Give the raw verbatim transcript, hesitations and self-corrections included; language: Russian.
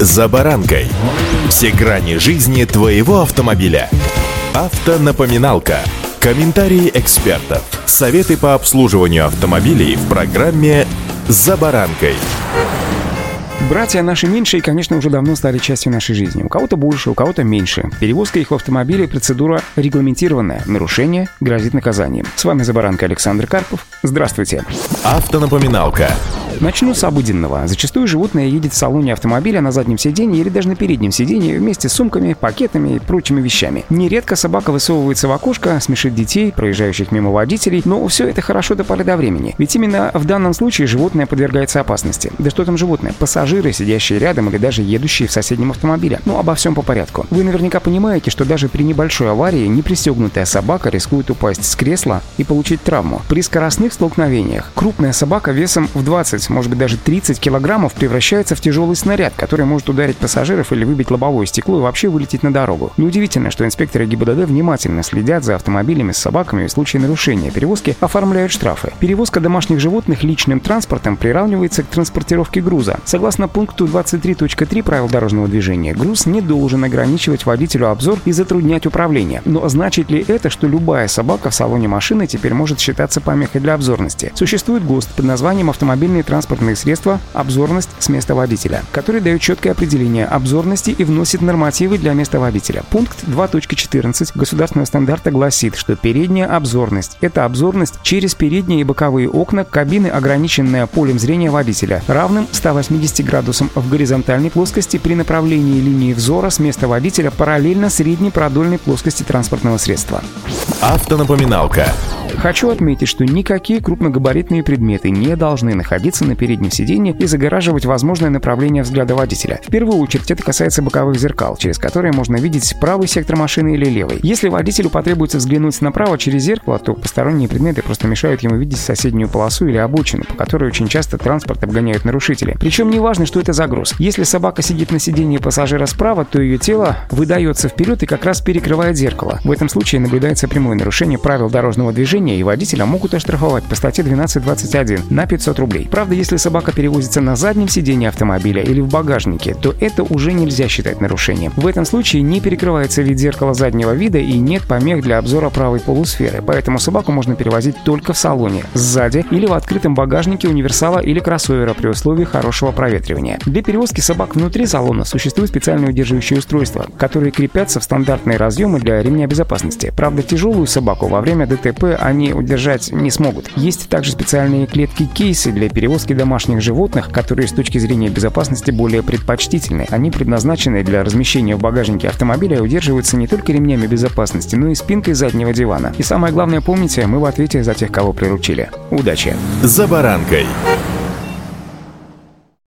«За баранкой». Все грани жизни твоего автомобиля. Автонапоминалка. Комментарии экспертов. Советы по обслуживанию автомобилей в программе «За баранкой». Братья наши меньшие, конечно, уже давно стали частью нашей жизни. У кого-то больше, у кого-то меньше. Перевозка их в автомобиле – процедура регламентированная. Нарушение грозит наказанием. С вами «За баранкой» Александр Карпов. Здравствуйте. Автонапоминалка. Начну с обыденного. Зачастую животное едет в салоне автомобиля на заднем сиденье или даже на переднем сиденье вместе с сумками, пакетами и прочими вещами. Нередко собака высовывается в окошко, смешит детей, проезжающих мимо водителей, но все это хорошо до поры до времени. Ведь именно в данном случае животное подвергается опасности. Да что там животное? Пассажиры, сидящие рядом или даже едущие в соседнем автомобиле. Ну, обо всем по порядку. Вы наверняка понимаете, что даже при небольшой аварии непристегнутая собака рискует упасть с кресла и получить травму. При скоростных столкновениях крупная собака весом в двадцать, может быть даже тридцать килограммов превращается в тяжелый снаряд, который может ударить пассажиров или выбить лобовое стекло и вообще вылететь на дорогу. Неудивительно, что инспекторы ГИБДД внимательно следят за автомобилями с собаками и в случае нарушения перевозки оформляют штрафы. Перевозка домашних животных личным транспортом приравнивается к транспортировке груза. Согласно пункту двадцать три точка три правил дорожного движения, груз не должен ограничивать водителю обзор и затруднять управление. Но значит ли это, что любая собака в салоне машины теперь может считаться помехой для обзорности? Существует ГОСТ под названием «Автомобильные транспортные средства. Обзорность с места водителя», который дает четкое определение обзорности и вносит нормативы для места водителя. Пункт два точка четырнадцать государственного стандарта гласит, что передняя обзорность – это обзорность через передние и боковые окна кабины, ограниченная полем зрения водителя, равным ста восьмидесяти градусам в горизонтальной плоскости при направлении линии взора с места водителя параллельно средней продольной плоскости транспортного средства. Автонапоминалка. Хочу отметить, что никакие крупногабаритные предметы не должны находиться на переднем сиденье и загораживать возможное направление взгляда водителя. В первую очередь это касается боковых зеркал, через которые можно видеть правый сектор машины или левый. Если водителю потребуется взглянуть направо через зеркало, то посторонние предметы просто мешают ему видеть соседнюю полосу или обочину, по которой очень часто транспорт обгоняют нарушители. Причем неважно, что это за груз. Если собака сидит на сиденье пассажира справа, то ее тело выдается вперед и как раз перекрывает зеркало. В этом случае наблюдается прямое нарушение правил дорожного движения, и водителя могут оштрафовать по статье двенадцать двадцать один на пятьсот рублей. Правда, если собака перевозится на заднем сиденье автомобиля или в багажнике, то это уже нельзя считать нарушением. В этом случае не перекрывается вид зеркала заднего вида и нет помех для обзора правой полусферы, поэтому собаку можно перевозить только в салоне, сзади или в открытом багажнике универсала или кроссовера при условии хорошего проветривания. Для перевозки собак внутри салона существуют специальные удерживающие устройства, которые крепятся в стандартные разъемы для ремня безопасности. Правда, тяжелую собаку во время ДТП они удержать не смогут. Есть также специальные клетки-кейсы для перевозки домашних животных, которые с точки зрения безопасности более предпочтительны. Они предназначены для размещения в багажнике автомобиля и удерживаются не только ремнями безопасности, но и спинкой заднего дивана. И самое главное, помните, мы в ответе за тех, кого приручили. Удачи! «За баранкой».